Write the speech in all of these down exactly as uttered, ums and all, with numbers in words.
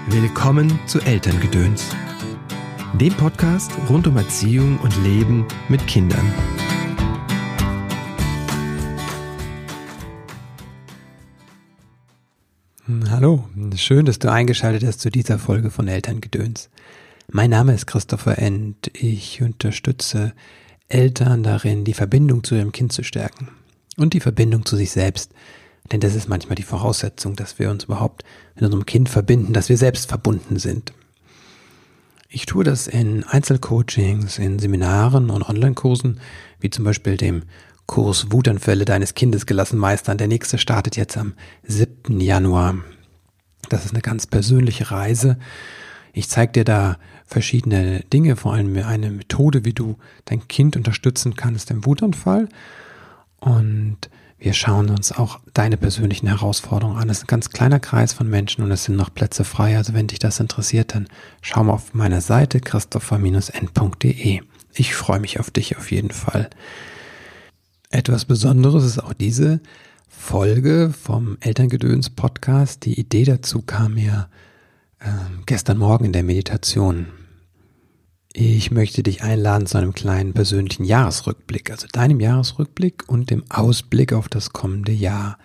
Willkommen zu Elterngedöns, dem Podcast rund um Erziehung und Leben mit Kindern. Hallo, schön, dass du eingeschaltet hast zu dieser Folge von Elterngedöns. Mein Name ist Christopher End. Ich unterstütze Eltern darin, die Verbindung zu ihrem Kind zu stärken und die Verbindung zu sich selbst. Denn das ist manchmal die Voraussetzung, dass wir uns überhaupt mit unserem Kind verbinden, dass wir selbst verbunden sind. Ich tue das in Einzelcoachings, in Seminaren und Online-Kursen, wie zum Beispiel dem Kurs Wutanfälle deines Kindes gelassen meistern. Der nächste startet jetzt am siebten Januar. Das ist eine ganz persönliche Reise. Ich zeige dir da verschiedene Dinge, vor allem eine Methode, wie du dein Kind unterstützen kannst im Wutanfall. Und wir schauen uns auch deine persönlichen Herausforderungen an. Es ist ein ganz kleiner Kreis von Menschen und es sind noch Plätze frei. Also wenn dich das interessiert, dann schau mal auf meiner Seite christopher Bindestrich end punkt de. Ich freue mich auf dich auf jeden Fall. Etwas Besonderes ist auch diese Folge vom Elterngedöns Podcast. Die Idee dazu kam mir äh, gestern Morgen in der Meditation. Ich möchte dich einladen zu einem kleinen persönlichen Jahresrückblick, also deinem Jahresrückblick und dem Ausblick auf das kommende Jahr.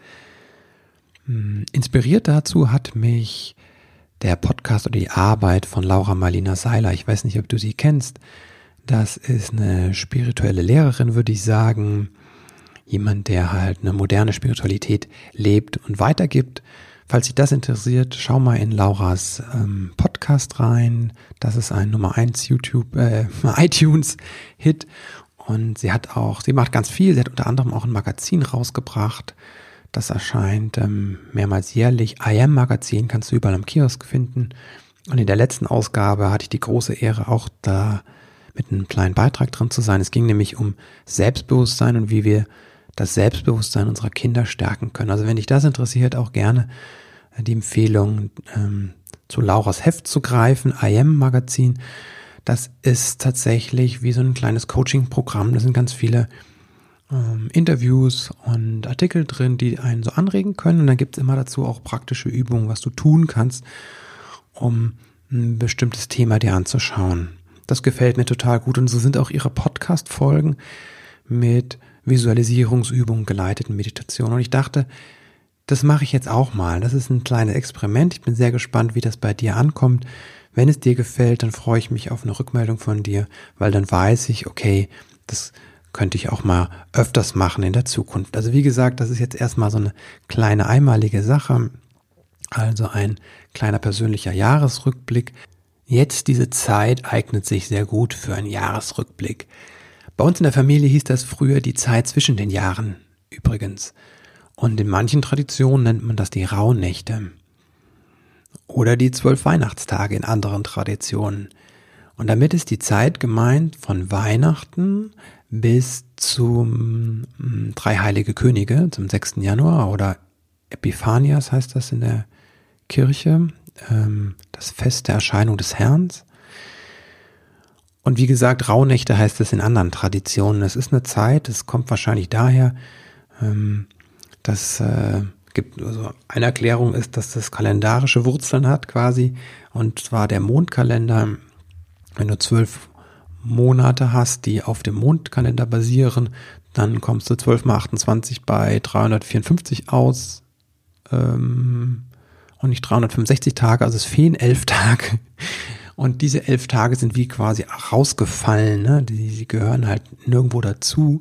Inspiriert dazu hat mich der Podcast oder die Arbeit von Laura Marlina Seiler. Ich weiß nicht, ob du sie kennst. Das ist eine spirituelle Lehrerin, würde ich sagen. Jemand, der halt eine moderne Spiritualität lebt und weitergibt. Falls dich das interessiert, schau mal in Lauras ähm, Podcast rein. Das ist ein Nummer eins YouTube, äh, iTunes-Hit. Und sie hat auch, sie macht ganz viel. Sie hat unter anderem auch ein Magazin rausgebracht. Das erscheint ähm, mehrmals jährlich. I Am Magazin kannst du überall am Kiosk finden. Und in der letzten Ausgabe hatte ich die große Ehre, auch da mit einem kleinen Beitrag drin zu sein. Es ging nämlich um Selbstbewusstsein und wie wir das Selbstbewusstsein unserer Kinder stärken können. Also wenn dich das interessiert, auch gerne die Empfehlung ähm, zu Lauras Heft zu greifen, I Am Magazin. Das ist tatsächlich wie so ein kleines Coaching-Programm. Da sind ganz viele ähm, Interviews und Artikel drin, die einen so anregen können. Und dann gibt es immer dazu auch praktische Übungen, was du tun kannst, um ein bestimmtes Thema dir anzuschauen. Das gefällt mir total gut. Und so sind auch ihre Podcast-Folgen mit Visualisierungsübungen, geleiteten Meditationen. Und ich dachte, das mache ich jetzt auch mal. Das ist ein kleines Experiment. Ich bin sehr gespannt, wie das bei dir ankommt. Wenn es dir gefällt, dann freue ich mich auf eine Rückmeldung von dir, weil dann weiß ich, okay, das könnte ich auch mal öfters machen in der Zukunft. Also wie gesagt, das ist jetzt erstmal so eine kleine einmalige Sache. Also ein kleiner persönlicher Jahresrückblick. Jetzt diese Zeit eignet sich sehr gut für einen Jahresrückblick. Bei uns in der Familie hieß das früher die Zeit zwischen den Jahren übrigens. Und in manchen Traditionen nennt man das die Rauhnächte. Oder die zwölf Weihnachtstage in anderen Traditionen. Und damit ist die Zeit gemeint von Weihnachten bis zum mh, Drei Heilige Könige, zum sechsten Januar oder Epiphanias heißt das in der Kirche, ähm, das Fest der Erscheinung des Herrn. Und wie gesagt, Rauhnächte heißt es in anderen Traditionen. Es ist eine Zeit, es kommt wahrscheinlich daher, ähm, dass äh, gibt also eine Erklärung ist, dass das kalendarische Wurzeln hat quasi. Und zwar der Mondkalender, wenn du zwölf Monate hast, die auf dem Mondkalender basieren, dann kommst du zwölf mal achtundzwanzig bei dreihundertvierundfünfzig aus ähm, und nicht dreihundertfünfundsechzig Tage, also es fehlen elf Tage. Und diese elf Tage sind wie quasi rausgefallen, ne? Die, die gehören halt nirgendwo dazu.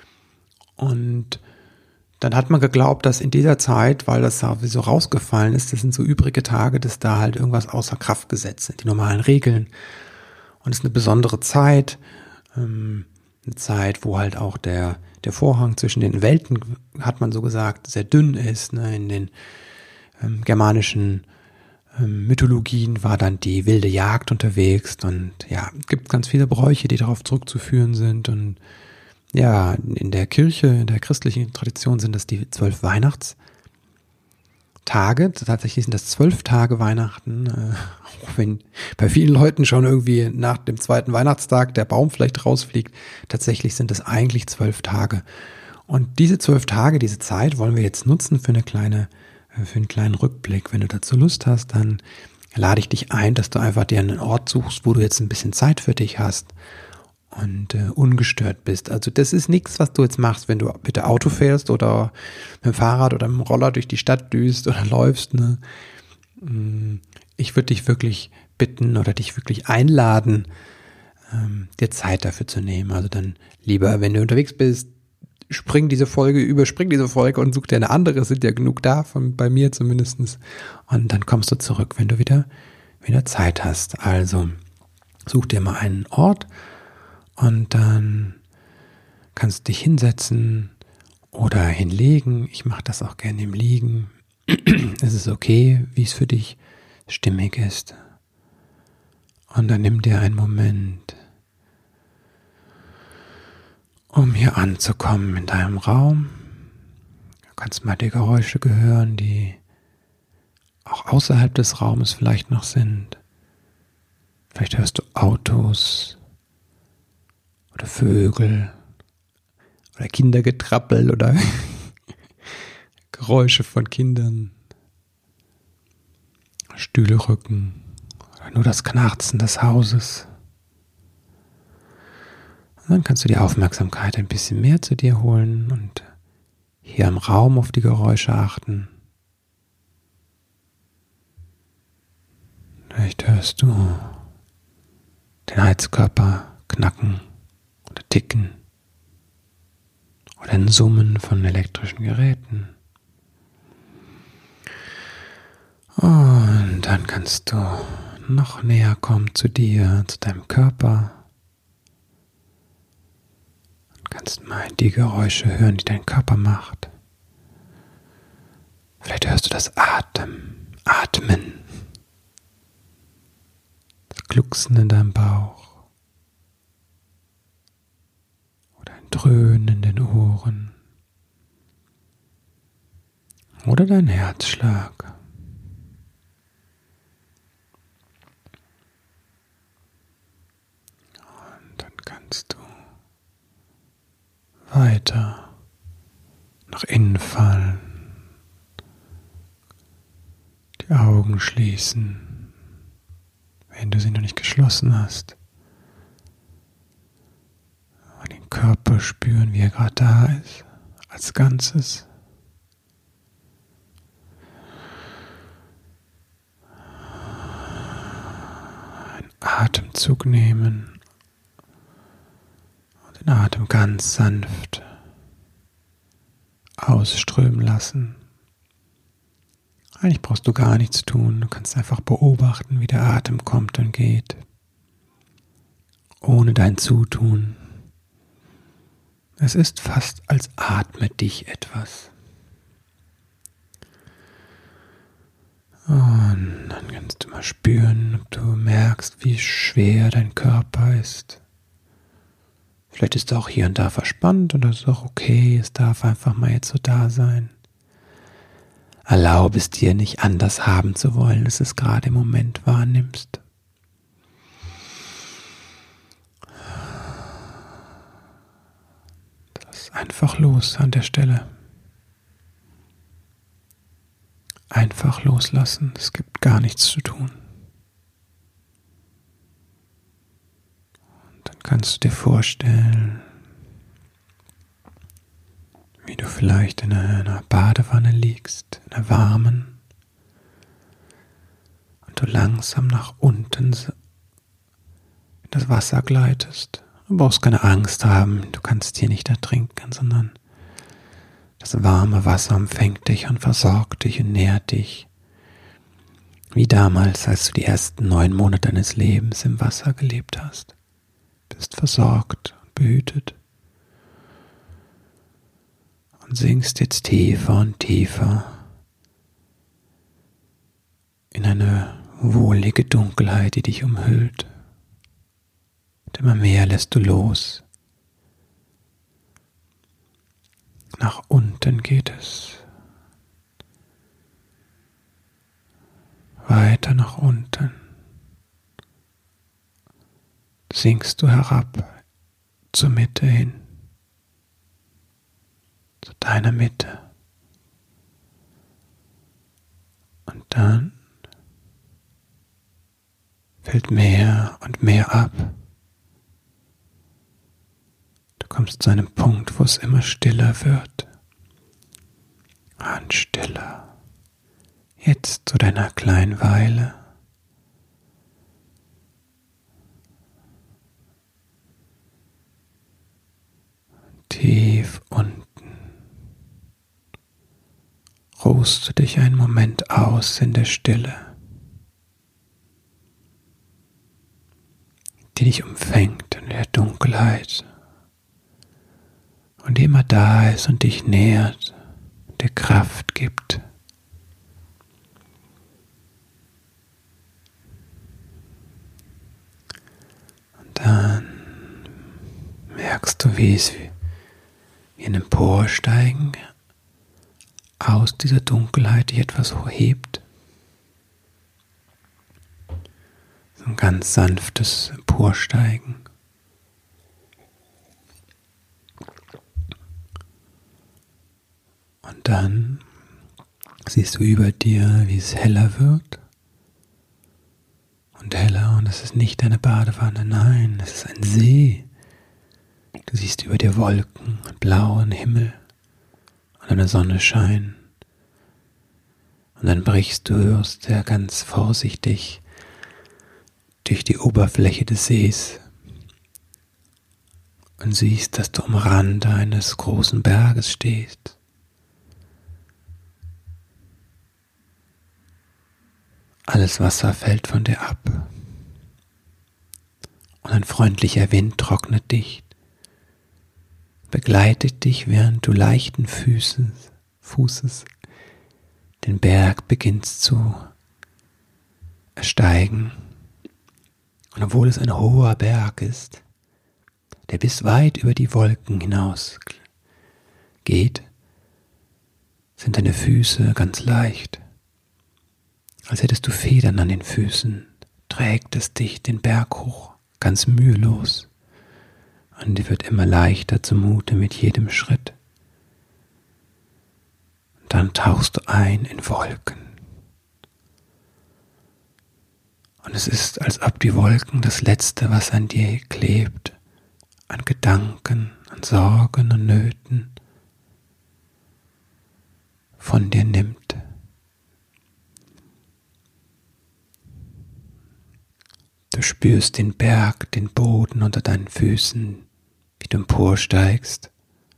Und dann hat man geglaubt, dass in dieser Zeit, weil das sowieso rausgefallen ist, das sind so übrige Tage, dass da halt irgendwas außer Kraft gesetzt sind, die normalen Regeln. Und es ist eine besondere Zeit, ähm, eine Zeit, wo halt auch der, der Vorhang zwischen den Welten, hat man so gesagt, sehr dünn ist, ne? In den ähm, germanischen Mythologien war dann die wilde Jagd unterwegs und ja, es gibt ganz viele Bräuche, die darauf zurückzuführen sind und ja, in der Kirche, in der christlichen Tradition sind das die zwölf Weihnachtstage. Tatsächlich sind das zwölf Tage Weihnachten, äh, auch wenn bei vielen Leuten schon irgendwie nach dem zweiten Weihnachtstag der Baum vielleicht rausfliegt. Tatsächlich sind es eigentlich zwölf Tage. Und diese zwölf Tage, diese Zeit wollen wir jetzt nutzen für eine kleine für einen kleinen Rückblick. Wenn du dazu Lust hast, dann lade ich dich ein, dass du einfach dir einen Ort suchst, wo du jetzt ein bisschen Zeit für dich hast und äh, ungestört bist. Also das ist nichts, was du jetzt machst, wenn du mit der Auto fährst oder mit dem Fahrrad oder mit dem Roller durch die Stadt düst oder läufst. Ne? Ich würde dich wirklich bitten oder dich wirklich einladen, ähm, dir Zeit dafür zu nehmen. Also dann lieber, wenn du unterwegs bist, spring diese Folge, überspring diese Folge und such dir eine andere, es sind ja genug da, von, bei mir zumindest. Und dann kommst du zurück, wenn du wieder, wieder Zeit hast. Also such dir mal einen Ort und dann kannst du dich hinsetzen oder hinlegen. Ich mache das auch gerne im Liegen. Es ist okay, wie es für dich stimmig ist. Und dann nimm dir einen Moment, um hier anzukommen in deinem Raum. Du kannst mal die Geräusche hören, die auch außerhalb des Raumes vielleicht noch sind. Vielleicht hörst du Autos oder Vögel oder Kindergetrappel oder Geräusche von Kindern, Stühle rücken oder nur das Knarzen des Hauses. Und dann kannst du die Aufmerksamkeit ein bisschen mehr zu dir holen und hier im Raum auf die Geräusche achten. Vielleicht hörst du den Heizkörper knacken oder ticken oder ein Summen von elektrischen Geräten. Und dann kannst du noch näher kommen zu dir, zu deinem Körper. Du kannst mal die Geräusche hören, die dein Körper macht. Vielleicht hörst du das Atmen, Atmen, das Glucksen in deinem Bauch oder ein Dröhnen in den Ohren oder dein Herzschlag. Und dann kannst du weiter nach innen fallen, die Augen schließen, wenn du sie noch nicht geschlossen hast. Und den Körper spüren, wie er gerade da ist, als Ganzes. Einen Atemzug nehmen. Den Atem ganz sanft ausströmen lassen. Eigentlich brauchst du gar nichts tun. Du kannst einfach beobachten, wie der Atem kommt und geht. Ohne dein Zutun. Es ist fast, als atme dich etwas. Und dann kannst du mal spüren, ob du merkst, wie schwer dein Körper ist. Vielleicht ist er auch hier und da verspannt und das ist auch okay, es darf einfach mal jetzt so da sein. Erlaube es dir nicht anders haben zu wollen, als es gerade im Moment wahrnimmst. Lass einfach los an der Stelle. Einfach loslassen, es gibt gar nichts zu tun. Dann kannst du dir vorstellen, wie du vielleicht in einer Badewanne liegst, in einer warmen, und du langsam nach unten in das Wasser gleitest. Du brauchst keine Angst haben, du kannst hier nicht ertrinken, sondern das warme Wasser umfängt dich und versorgt dich und nährt dich. Wie damals, als du die ersten neun Monate deines Lebens im Wasser gelebt hast. Bist versorgt und behütet und sinkst jetzt tiefer und tiefer in eine wohlige Dunkelheit, die dich umhüllt. Und immer mehr lässt du los. Nach unten geht es. Weiter nach unten. Sinkst du herab zur Mitte hin, zu deiner Mitte. Und dann fällt mehr und mehr ab. Du kommst zu einem Punkt, wo es immer stiller wird. Und stiller. Jetzt zu deiner kleinen Weile. Tief unten. Ruhst du dich einen Moment aus in der Stille, die dich umfängt in der Dunkelheit und die immer da ist und dich nährt, dir Kraft gibt. Und dann merkst du, wie es wie ein Emporsteigen aus dieser Dunkelheit dich etwas hebt. So ein ganz sanftes Emporsteigen. Und dann siehst du über dir, wie es heller wird. Und heller, und es ist nicht eine Badewanne, nein, es ist ein See. Du siehst über dir Wolken und blauen Himmel und eine Sonne scheinen. Und dann brichst du sehr ganz vorsichtig durch die Oberfläche des Sees und siehst, dass du am Rande eines großen Berges stehst. Alles Wasser fällt von dir ab und ein freundlicher Wind trocknet dich, begleitet dich, während du leichten Füßes, Fußes den Berg beginnst zu ersteigen. Und obwohl es ein hoher Berg ist, der bis weit über die Wolken hinaus geht, sind deine Füße ganz leicht. Als hättest du Federn an den Füßen, trägt es dich den Berg hoch, ganz mühelos. Und dir wird immer leichter zumute mit jedem Schritt. Und dann tauchst du ein in Wolken. Und es ist, als ob die Wolken das Letzte, was an dir klebt, an Gedanken, an Sorgen und Nöten, von dir nimmt. Du spürst den Berg, den Boden unter deinen Füßen, wie du emporsteigst,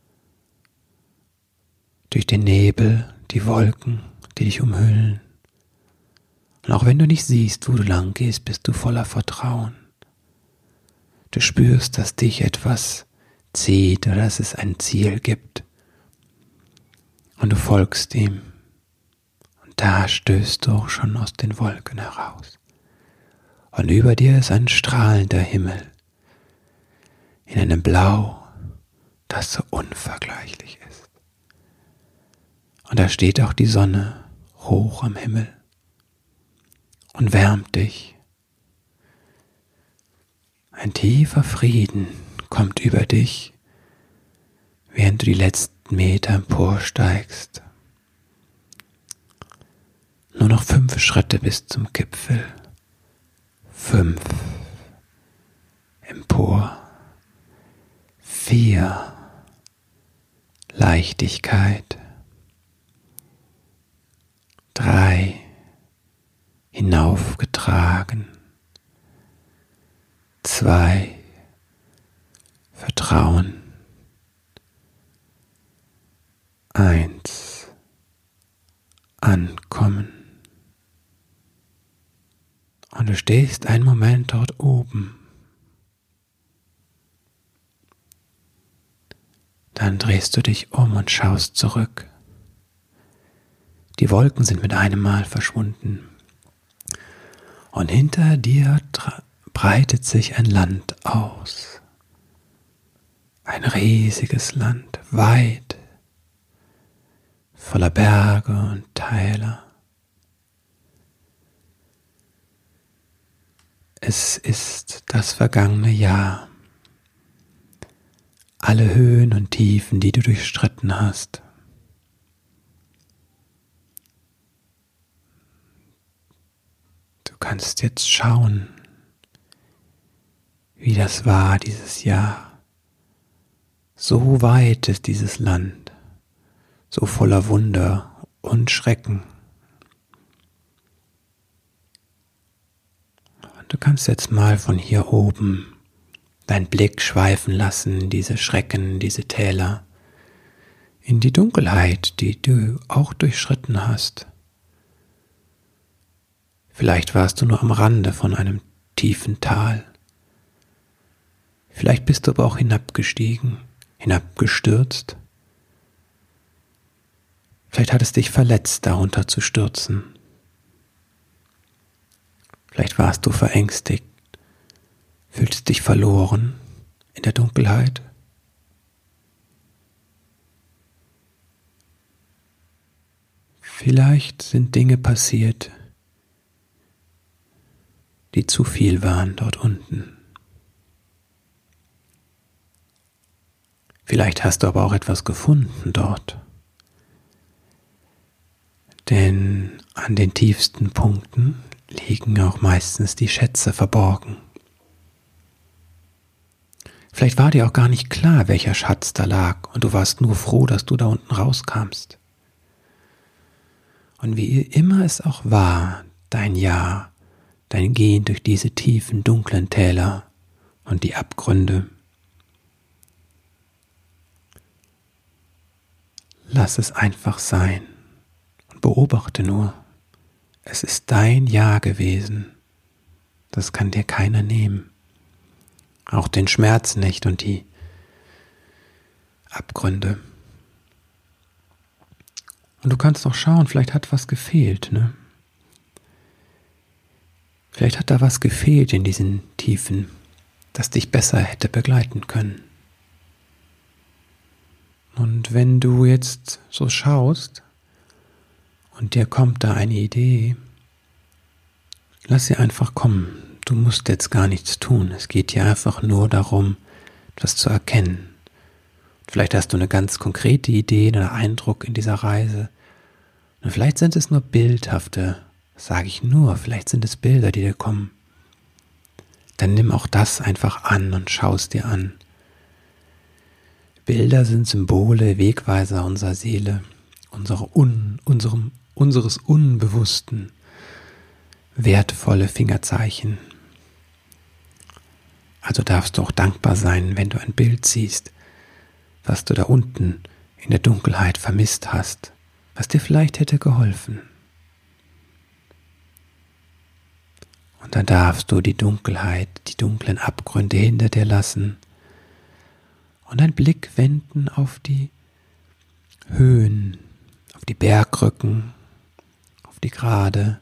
durch den Nebel, die Wolken, die dich umhüllen. Und auch wenn du nicht siehst, wo du lang gehst, bist du voller Vertrauen. Du spürst, dass dich etwas zieht oder dass es ein Ziel gibt. Und du folgst ihm. Und da stößt du auch schon aus den Wolken heraus. Und über dir ist ein strahlender Himmel, in einem Blau, das so unvergleichlich ist. Und da steht auch die Sonne hoch am Himmel und wärmt dich. Ein tiefer Frieden kommt über dich, während du die letzten Meter emporsteigst. Nur noch fünf Schritte bis zum Gipfel. Fünf. Empor. Vier. Leichtigkeit. Drei. Hinaufgetragen. Zwei. Vertrauen. Eins. Ankommen. Und du stehst einen Moment dort oben. Dann drehst du dich um und schaust zurück. Die Wolken sind mit einem Mal verschwunden. Und hinter dir tra- breitet sich ein Land aus. Ein riesiges Land, weit, voller Berge und Täler. Es ist das vergangene Jahr. Alle Höhen und Tiefen, die du durchstritten hast. Du kannst jetzt schauen wie das war dieses Jahr. So weit ist dieses Land, so voller Wunder und Schrecken. Und du kannst jetzt mal von hier oben deinen Blick schweifen lassen in diese Schrecken, diese Täler, in die Dunkelheit, die du auch durchschritten hast. Vielleicht warst du nur am Rande von einem tiefen Tal. Vielleicht bist du aber auch hinabgestiegen, hinabgestürzt. Vielleicht hat es dich verletzt, darunter zu stürzen. Vielleicht warst du verängstigt, fühlst dich verloren in der Dunkelheit. Vielleicht sind Dinge passiert, die zu viel waren dort unten. Vielleicht hast du aber auch etwas gefunden dort. Denn an den tiefsten Punkten liegen auch meistens die Schätze verborgen. Vielleicht war dir auch gar nicht klar, welcher Schatz da lag, und du warst nur froh, dass du da unten rauskamst. Und wie immer es auch war, dein Jahr, dein Gehen durch diese tiefen, dunklen Täler und die Abgründe, lass es einfach sein und beobachte nur. Es ist dein Jahr gewesen. Das kann dir keiner nehmen. Auch den Schmerz nicht und die Abgründe. Und du kannst noch schauen, vielleicht hat was gefehlt, ne? Vielleicht hat da was gefehlt in diesen Tiefen, das dich besser hätte begleiten können. Und wenn du jetzt so schaust und dir kommt da eine Idee, lass sie einfach kommen. Du musst jetzt gar nichts tun. Es geht hier einfach nur darum, etwas zu erkennen. Vielleicht hast du eine ganz konkrete Idee oder Eindruck in dieser Reise. Und vielleicht sind es nur bildhafte, sage ich nur, vielleicht sind es Bilder, die dir kommen. Dann nimm auch das einfach an und schau es dir an. Bilder sind Symbole, Wegweiser unserer Seele, unserer Un, unserem, unseres Unbewussten, wertvolle Fingerzeichen. Also darfst du auch dankbar sein, wenn du ein Bild siehst, was du da unten in der Dunkelheit vermisst hast, was dir vielleicht hätte geholfen. Und dann darfst du die Dunkelheit, die dunklen Abgründe hinter dir lassen und deinen Blick wenden auf die Höhen, auf die Bergrücken, auf die Grade,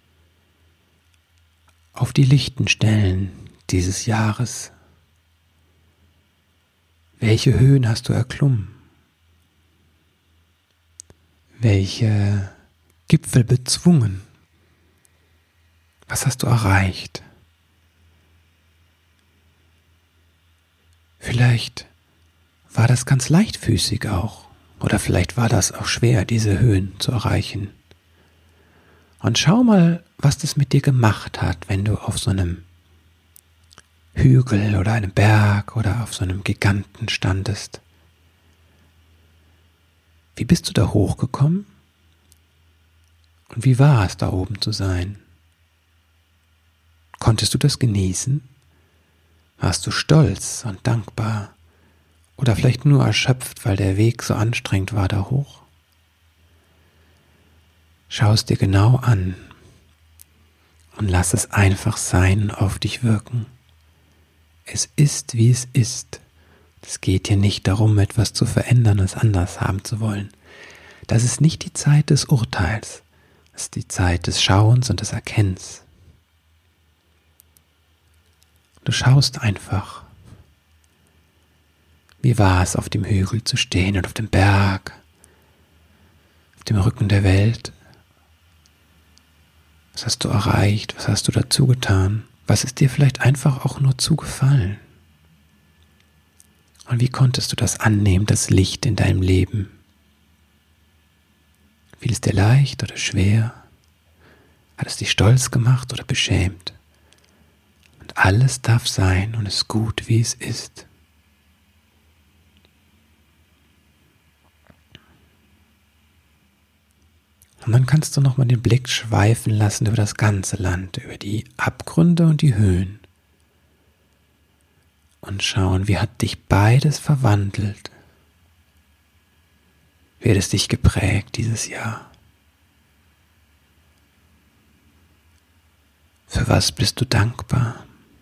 auf die lichten Stellen dieses Jahres. Welche Höhen hast du erklommen? Welche Gipfel bezwungen? Was hast du erreicht? Vielleicht war das ganz leichtfüßig auch, oder vielleicht war das auch schwer, diese Höhen zu erreichen. Und schau mal, was das mit dir gemacht hat, wenn du auf so einem Hügel oder einem Berg oder auf so einem Giganten standest. Wie bist du da hochgekommen? Und wie war es, da oben zu sein? Konntest du das genießen? Warst du stolz und dankbar? Oder vielleicht nur erschöpft, weil der Weg so anstrengend war da hoch? Schau es dir genau an und lass es einfach sein und auf dich wirken. Es ist, wie es ist. Es geht hier nicht darum, etwas zu verändern, es anders haben zu wollen. Das ist nicht die Zeit des Urteils. Es ist die Zeit des Schauens und des Erkennens. Du schaust einfach. Wie war es, auf dem Hügel zu stehen und auf dem Berg, auf dem Rücken der Welt? Was hast du erreicht? Was hast du dazu getan? Was ist dir vielleicht einfach auch nur zugefallen? Und wie konntest du das annehmen, das Licht in deinem Leben? Fiel es dir leicht oder schwer? Hat es dich stolz gemacht oder beschämt? Und alles darf sein und ist gut, wie es ist. Und dann kannst du nochmal den Blick schweifen lassen über das ganze Land, über die Abgründe und die Höhen. Und schauen, wie hat dich beides verwandelt? Wie hat es dich geprägt dieses Jahr? Für was bist du dankbar?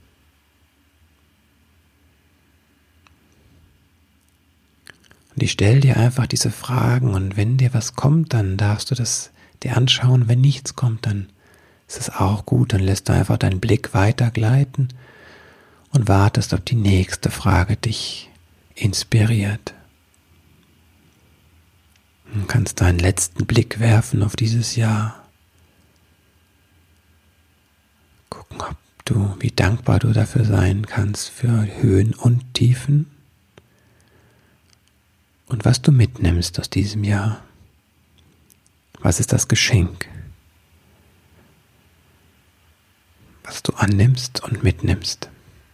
Und ich stelle dir einfach diese Fragen und wenn dir was kommt, dann darfst du das dir anschauen. Wenn nichts kommt, dann ist es auch gut. Dann lässt du einfach deinen Blick weitergleiten und wartest, ob die nächste Frage dich inspiriert. Du kannst deinen letzten Blick werfen auf dieses Jahr. Gucken, ob du, wie dankbar du dafür sein kannst, für Höhen und Tiefen. Und was du mitnimmst aus diesem Jahr. Was ist das Geschenk, was du annimmst und mitnimmst?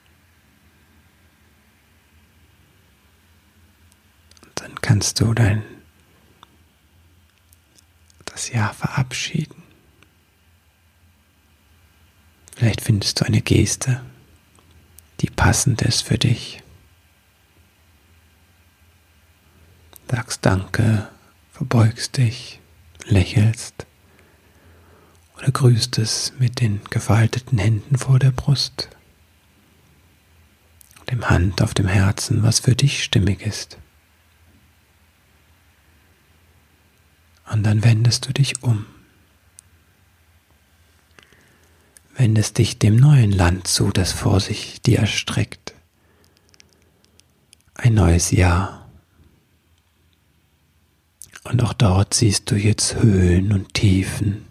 Und dann kannst du dein das Jahr verabschieden. Vielleicht findest du eine Geste, die passend ist für dich. Sagst Danke, verbeugst dich, lächelst oder grüßt es mit den gefalteten Händen vor der Brust, dem Hand auf dem Herzen, was für dich stimmig ist. Und dann wendest du dich um, wendest dich dem neuen Land zu, das vor sich dir erstreckt. Ein neues Jahr. Und auch dort siehst du jetzt Höhen und Tiefen.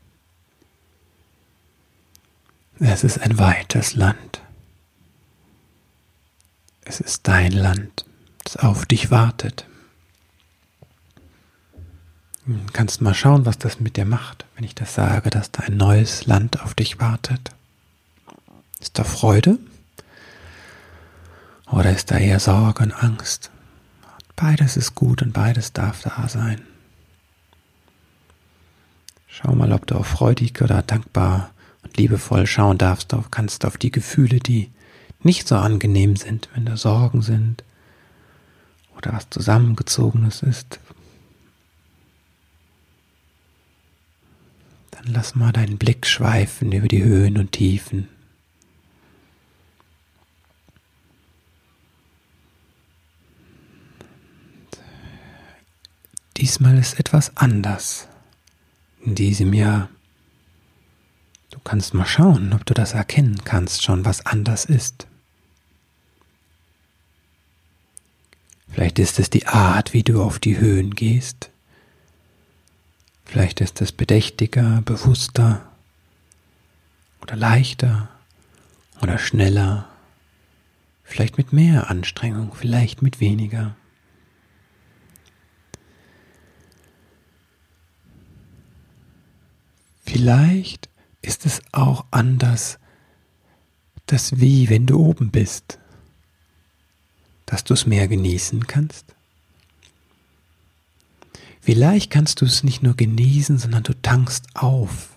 Es ist ein weites Land. Es ist dein Land, das auf dich wartet. Du kannst mal schauen, was das mit dir macht, wenn ich das sage, dass da ein neues Land auf dich wartet. Ist da Freude? Oder ist da eher Sorge und Angst? Beides ist gut und beides darf da sein. Schau mal, ob du auch freudig oder dankbar und liebevoll schauen darfst, auf, kannst auf die Gefühle, die nicht so angenehm sind, wenn da Sorgen sind oder was Zusammengezogenes ist. Dann lass mal deinen Blick schweifen über die Höhen und Tiefen. Diesmal ist etwas anders in diesem Jahr. Du kannst mal schauen, ob du das erkennen kannst, schon was anders ist. Vielleicht ist es die Art, wie du auf die Höhen gehst. Vielleicht ist es bedächtiger, bewusster oder leichter oder schneller. Vielleicht mit mehr Anstrengung, vielleicht mit weniger. Vielleicht ist es auch anders, das Wie, wenn du oben bist, dass du es mehr genießen kannst. Vielleicht kannst du es nicht nur genießen, sondern du tankst auf.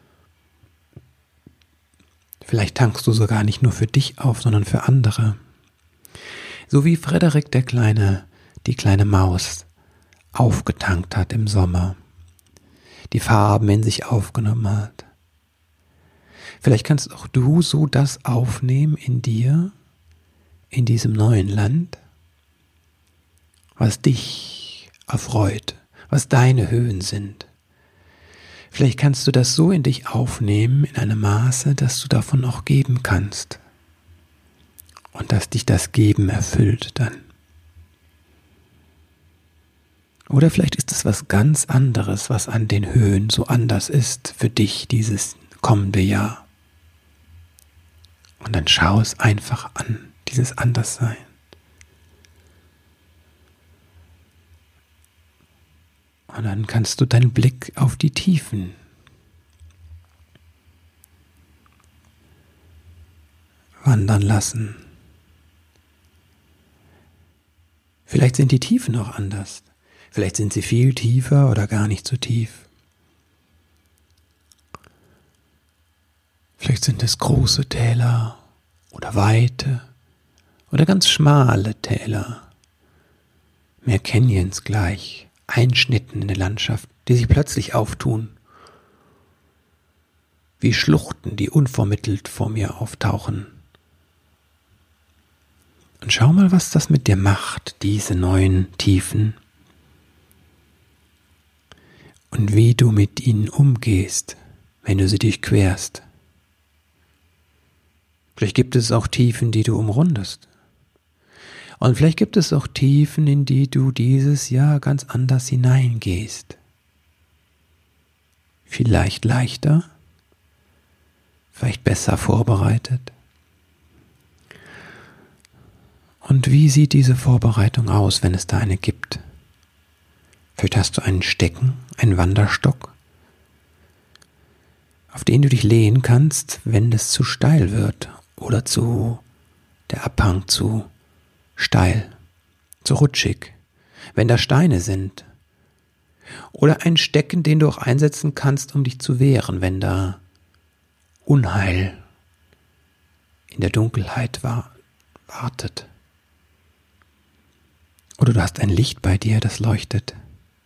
Vielleicht tankst du sogar nicht nur für dich auf, sondern für andere. So wie Frederik der Kleine, die kleine Maus, aufgetankt hat im Sommer, die Farben in sich aufgenommen hat. Vielleicht kannst auch du so das aufnehmen in dir, in diesem neuen Land, was dich erfreut, was deine Höhen sind. Vielleicht kannst du das so in dich aufnehmen, in einem Maße, dass du davon auch geben kannst und dass dich das Geben erfüllt dann. Oder vielleicht ist es was ganz anderes, was an den Höhen so anders ist für dich dieses kommende Jahr. Und dann schau es einfach an, dieses Anderssein. Und dann kannst du deinen Blick auf die Tiefen, wandern lassen. Vielleicht sind die Tiefen auch anders. Vielleicht sind sie viel tiefer oder gar nicht so tief. Vielleicht sind es große Täler oder weite oder ganz schmale Täler. Mehr Canyons gleich, Einschnitten in der Landschaft, die sich plötzlich auftun. Wie Schluchten, die unvermittelt vor mir auftauchen. Und schau mal, was das mit dir macht, diese neuen Tiefen. Und wie du mit ihnen umgehst, wenn du sie durchquerst. Vielleicht gibt es auch Tiefen, die du umrundest. Und vielleicht gibt es auch Tiefen, in die du dieses Jahr ganz anders hineingehst. Vielleicht leichter, vielleicht besser vorbereitet. Und wie sieht diese Vorbereitung aus, wenn es da eine gibt? Vielleicht hast du einen Stecken, einen Wanderstock, auf den du dich lehnen kannst, wenn es zu steil wird oder zu der Abhang zu steil, zu rutschig, wenn da Steine sind. Oder ein Stecken, den du auch einsetzen kannst, um dich zu wehren, wenn da Unheil in der Dunkelheit war, wartet. Oder du hast ein Licht bei dir, das leuchtet.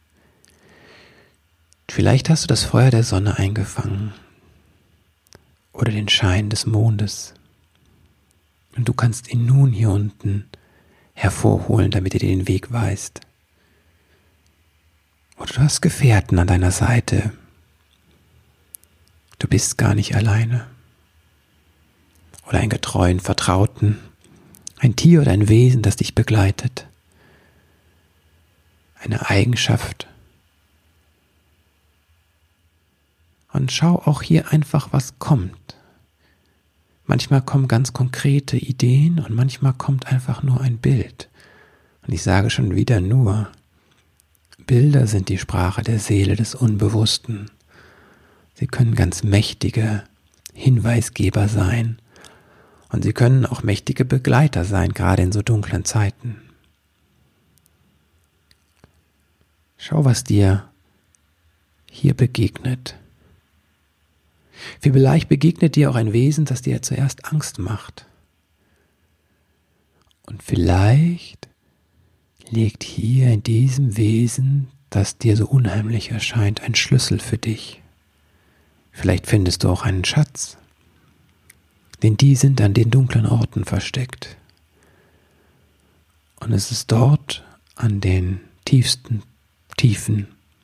Vielleicht hast du das Feuer der Sonne eingefangen oder den Schein des Mondes. Und du kannst ihn nun hier unten hervorholen, damit er dir den Weg weist. Oder du hast Gefährten an deiner Seite. Du bist gar nicht alleine. Oder einen getreuen Vertrauten, ein Tier oder ein Wesen, das dich begleitet. Eine Eigenschaft. Und schau auch hier einfach, was kommt. Manchmal kommen ganz konkrete Ideen und manchmal kommt einfach nur ein Bild. Und ich sage schon wieder nur, Bilder sind die Sprache der Seele des Unbewussten. Sie können ganz mächtige Hinweisgeber sein und sie können auch mächtige Begleiter sein, gerade in so dunklen Zeiten. Schau, was dir hier begegnet. Vielleicht begegnet dir auch ein Wesen, das dir zuerst Angst macht. Und vielleicht liegt hier in diesem Wesen, das dir so unheimlich erscheint, ein Schlüssel für dich. Vielleicht findest du auch einen Schatz, denn die sind an den dunklen Orten versteckt. Und es ist dort an den tiefsten Tiefen,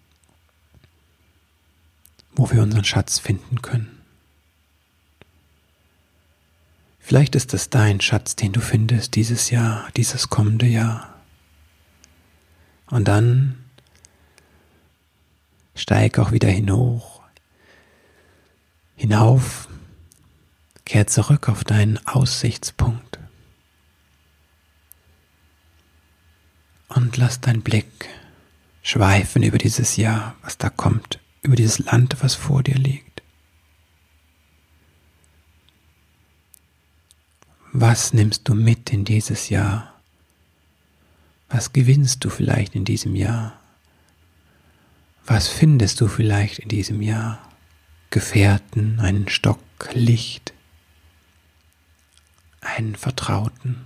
wo wir unseren Schatz finden können. Vielleicht ist es dein Schatz, den du findest dieses Jahr, dieses kommende Jahr. Und dann steig auch wieder hinauf, hinauf, kehr zurück auf deinen Aussichtspunkt und lass deinen Blick schweifen über dieses Jahr, was da kommt, über dieses Land, was vor dir liegt. Was nimmst du mit in dieses Jahr? Was gewinnst du vielleicht in diesem Jahr? Was findest du vielleicht in diesem Jahr? Gefährten, einen Stock, Licht, einen Vertrauten.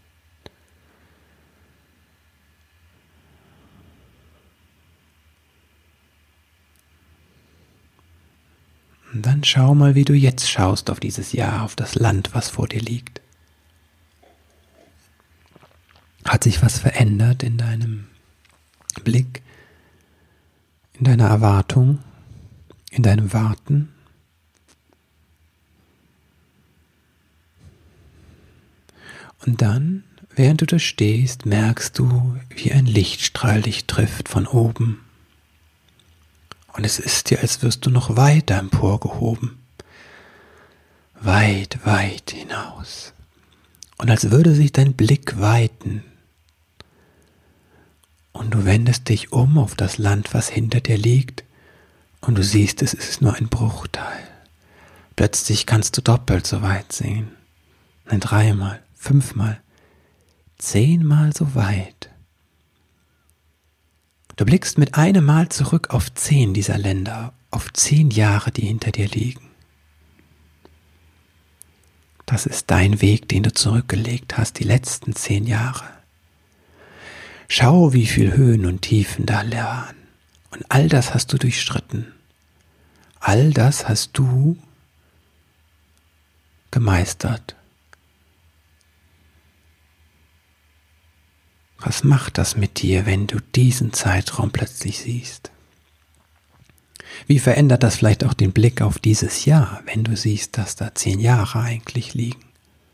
Und dann schau mal, wie du jetzt schaust auf dieses Jahr, auf das Land, was vor dir liegt. Hat sich was verändert in deinem Blick, in deiner Erwartung, in deinem Warten? Und dann, während du da stehst, merkst du, wie ein Lichtstrahl dich trifft von oben. Und es ist dir, als wirst du noch weiter emporgehoben. Weit, weit hinaus. Und als würde sich dein Blick weiten. Und du wendest dich um auf das Land, was hinter dir liegt, und du siehst, es ist nur ein Bruchteil. Plötzlich kannst du doppelt so weit sehen. nein, dreimal, fünfmal, zehnmal so weit. Du blickst mit einem Mal zurück auf zehn dieser Länder, auf zehn Jahre, die hinter dir liegen. Das ist dein Weg, den du zurückgelegt hast, die letzten zehn Jahre. Schau, wie viel Höhen und Tiefen da waren. Und all das hast du durchschritten. All das hast du gemeistert. Was macht das mit dir, wenn du diesen Zeitraum plötzlich siehst? Wie verändert das vielleicht auch den Blick auf dieses Jahr, wenn du siehst, dass da zehn Jahre eigentlich liegen?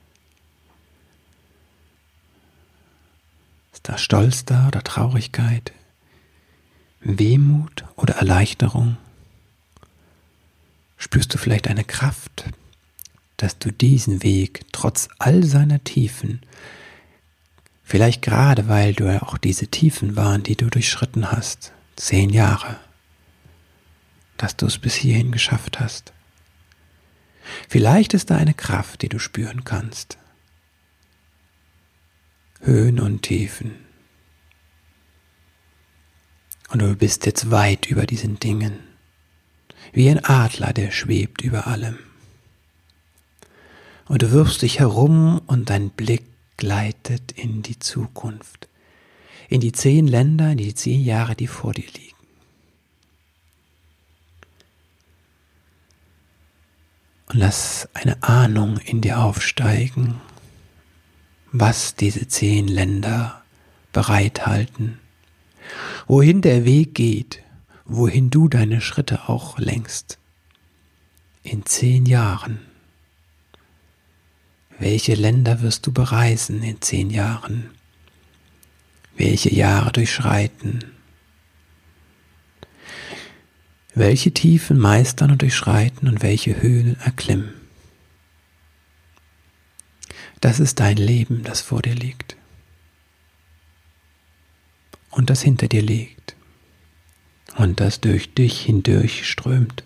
Ist da Stolz da oder Traurigkeit? Wehmut oder Erleichterung? Spürst du vielleicht eine Kraft, dass du diesen Weg trotz all seiner Tiefen, vielleicht gerade weil du ja auch diese Tiefen waren, die du durchschritten hast, zehn Jahre, dass du es bis hierhin geschafft hast. Vielleicht ist da eine Kraft, die du spüren kannst. Höhen und Tiefen. Und du bist jetzt weit über diesen Dingen, wie ein Adler, der schwebt über allem. Und du wirfst dich herum und dein Blick gleitet in die Zukunft, in die zehn Länder, in die zehn Jahre, die vor dir liegen. Und lass eine Ahnung in dir aufsteigen, was diese zehn Länder bereithalten, wohin der Weg geht, wohin du deine Schritte auch lenkst. In zehn Jahren. Welche Länder wirst du bereisen in zehn Jahren? Welche Jahre durchschreiten? Welche Tiefen meistern und durchschreiten und welche Höhen erklimmen? Das ist dein Leben, das vor dir liegt. Und das hinter dir liegt. Und das durch dich hindurch strömt.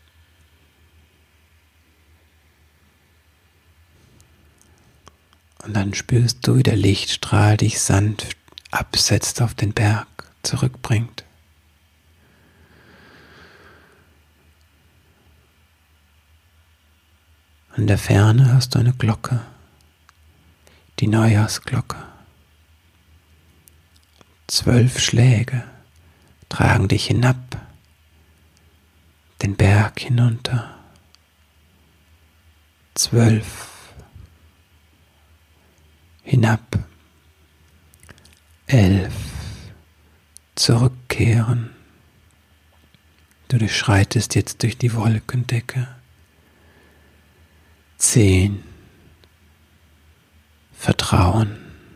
Und dann spürst du, wie der Lichtstrahl dich sanft absetzt auf den Berg, zurückbringt. In der Ferne hörst du eine Glocke, die Neujahrsglocke. Zwölf Schläge tragen dich hinab, den Berg hinunter. Zwölf hinab, elf zurückkehren. Du durchschreitest jetzt durch die Wolkendecke. Zehn Vertrauen.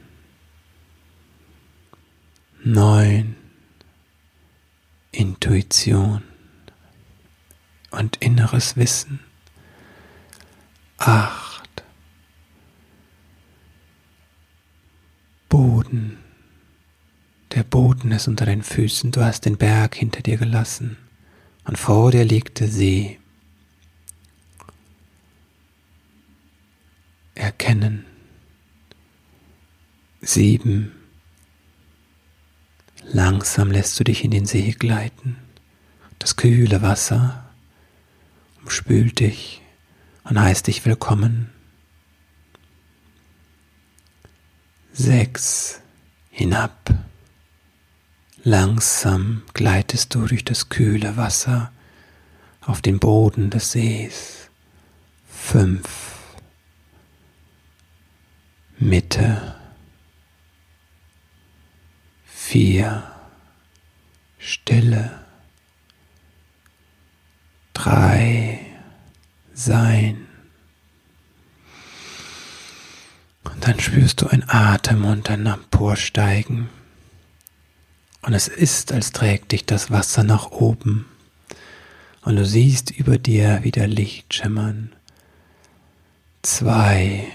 Neun Intuition und inneres Wissen. Acht Boden. Der Boden ist unter deinen Füßen. Du hast den Berg hinter dir gelassen und vor dir liegt der See. Erkennen. Sieben. Langsam lässt du dich in den See gleiten. Das kühle Wasser umspült dich und heißt dich willkommen. Sechs. Hinab. Langsam gleitest du durch das kühle Wasser auf den Boden des Sees. Fünf. Mitte. Vier. Stille. Drei. Sein. Und dann spürst du ein Atem und ein Emporsteigen. Und es ist, als trägt dich das Wasser nach oben. Und du siehst über dir wieder Licht schimmern. Zwei.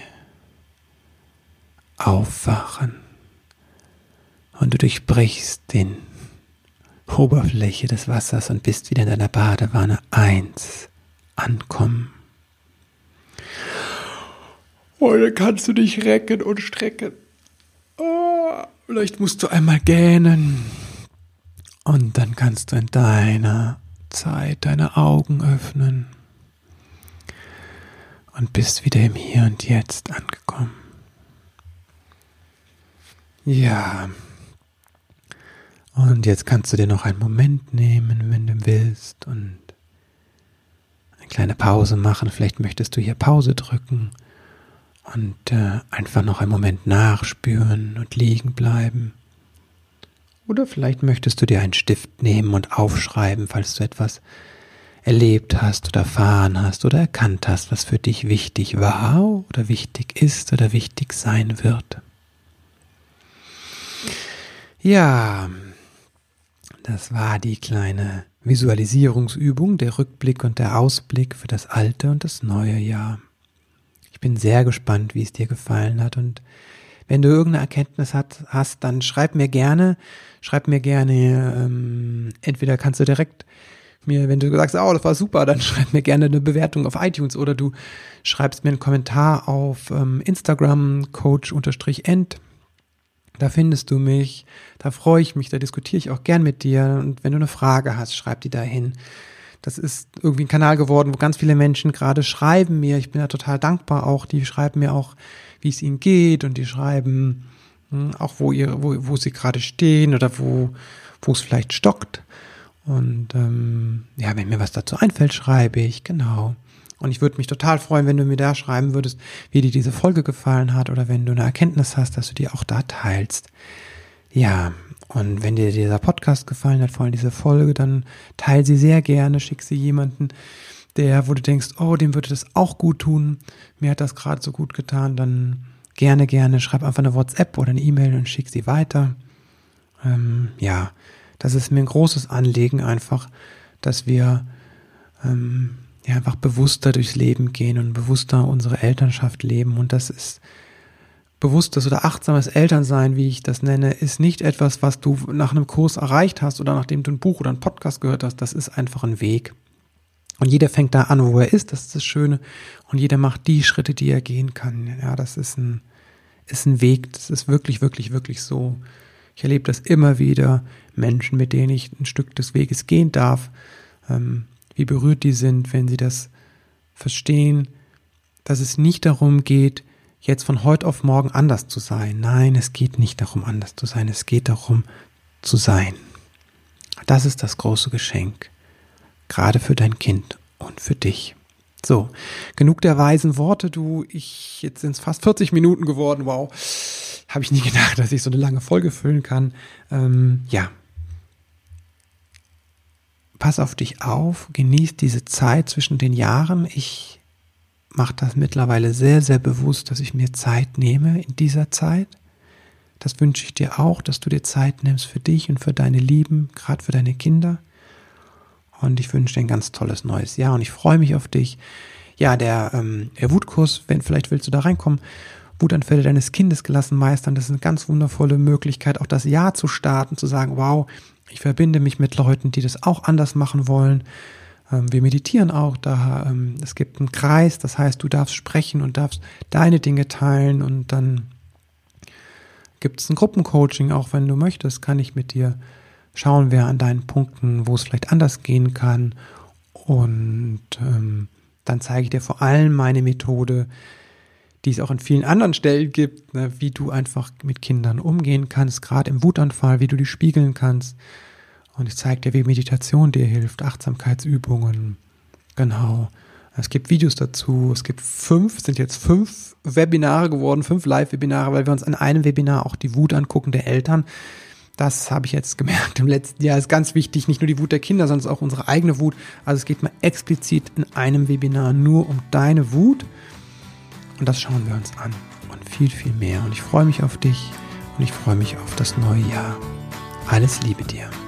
Aufwachen. Und du durchbrichst den Oberfläche des Wassers und bist wieder in deiner Badewanne. Eins. Ankommen. Und dann kannst du dich recken und strecken. Oh, vielleicht musst du einmal gähnen. Und dann kannst du in deiner Zeit deine Augen öffnen. Und bist wieder im Hier und Jetzt angekommen. Ja. Und jetzt kannst du dir noch einen Moment nehmen, wenn du willst, und eine kleine Pause machen. Vielleicht möchtest du hier Pause drücken und äh, einfach noch einen Moment nachspüren und liegen bleiben. Oder vielleicht möchtest du dir einen Stift nehmen und aufschreiben, falls du etwas erlebt hast oder erfahren hast oder erkannt hast, was für dich wichtig war oder wichtig ist oder wichtig sein wird. Ja, das war die kleine Visualisierungsübung, der Rückblick und der Ausblick für das alte und das neue Jahr. Ich bin sehr gespannt, wie es dir gefallen hat, und wenn du irgendeine Erkenntnis hat, hast, dann schreib mir gerne, schreib mir gerne, ähm, entweder kannst du direkt mir, wenn du sagst, oh, das war super, dann schreib mir gerne eine Bewertung auf iTunes, oder du schreibst mir einen Kommentar auf ähm, Instagram, coach-end. Da findest du mich, da freue ich mich, da diskutiere ich auch gern mit dir, und wenn du eine Frage hast, schreib die da hin. Das ist irgendwie ein Kanal geworden, wo ganz viele Menschen gerade schreiben mir, ich bin da total dankbar auch, die schreiben mir auch, wie es ihnen geht, und die schreiben mh, auch, wo, ihr, wo, wo sie gerade stehen oder wo, wo es vielleicht stockt. Und ähm, ja, wenn mir was dazu einfällt, schreibe ich, genau. Und ich würde mich total freuen, wenn du mir da schreiben würdest, wie dir diese Folge gefallen hat, oder wenn du eine Erkenntnis hast, dass du die auch da teilst. Ja, und wenn dir dieser Podcast gefallen hat, vor allem diese Folge, dann teile sie sehr gerne, schick sie jemanden, der, wo du denkst, oh, dem würde das auch gut tun, mir hat das gerade so gut getan, dann gerne, gerne, schreib einfach eine WhatsApp oder eine E-Mail und schick sie weiter. Ähm, ja, das ist mir ein großes Anliegen einfach, dass wir ähm, ja einfach bewusster durchs Leben gehen und bewusster unsere Elternschaft leben, und das ist bewusstes oder achtsames Elternsein, wie ich das nenne, ist nicht etwas, was du nach einem Kurs erreicht hast oder nachdem du ein Buch oder einen Podcast gehört hast. Das ist einfach ein Weg. Und jeder fängt da an, wo er ist, das ist das Schöne. Und jeder macht die Schritte, die er gehen kann. Ja, das ist ein, ist ein Weg, das ist wirklich, wirklich, wirklich so. Ich erlebe das immer wieder, Menschen, mit denen ich ein Stück des Weges gehen darf, ähm, wie berührt die sind, wenn sie das verstehen, dass es nicht darum geht, jetzt von heute auf morgen anders zu sein. Nein, es geht nicht darum, anders zu sein. Es geht darum, zu sein. Das ist das große Geschenk. Gerade für dein Kind und für dich. So, genug der weisen Worte, du. Ich, jetzt sind es fast vierzig Minuten geworden. Wow, habe ich nie gedacht, dass ich so eine lange Folge füllen kann. Ähm, ja. Pass auf dich auf, genieß diese Zeit zwischen den Jahren. Ich mache das mittlerweile sehr, sehr bewusst, dass ich mir Zeit nehme in dieser Zeit. Das wünsche ich dir auch, dass du dir Zeit nimmst für dich und für deine Lieben, gerade für deine Kinder. Und ich wünsche dir ein ganz tolles neues Jahr und ich freue mich auf dich. Ja, der, ähm, der Wutkurs, wenn vielleicht willst du da reinkommen, Wutanfälle deines Kindes gelassen meistern, das ist eine ganz wundervolle Möglichkeit, auch das Jahr zu starten, zu sagen, wow, ich verbinde mich mit Leuten, die das auch anders machen wollen. Wir meditieren auch da, ähm, es gibt einen Kreis, das heißt, du darfst sprechen und darfst deine Dinge teilen, und dann gibt es ein Gruppencoaching, auch wenn du möchtest, kann ich mit dir schauen, wer an deinen Punkten, wo es vielleicht anders gehen kann, und ähm, dann zeige ich dir vor allem meine Methode, die es auch an vielen anderen Stellen gibt, ne, wie du einfach mit Kindern umgehen kannst, gerade im Wutanfall, wie du die spiegeln kannst. Und ich zeige dir, wie Meditation dir hilft, Achtsamkeitsübungen. Genau. Es gibt Videos dazu. Es gibt fünf, sind jetzt fünf Webinare geworden, fünf Live-Webinare, weil wir uns an einem Webinar auch die Wut angucken der Eltern. Das habe ich jetzt gemerkt im letzten Jahr. Ist ganz wichtig, nicht nur die Wut der Kinder, sondern auch unsere eigene Wut. Also es geht mal explizit in einem Webinar nur um deine Wut. Und das schauen wir uns an. Und viel, viel mehr. Und ich freue mich auf dich und ich freue mich auf das neue Jahr. Alles Liebe dir.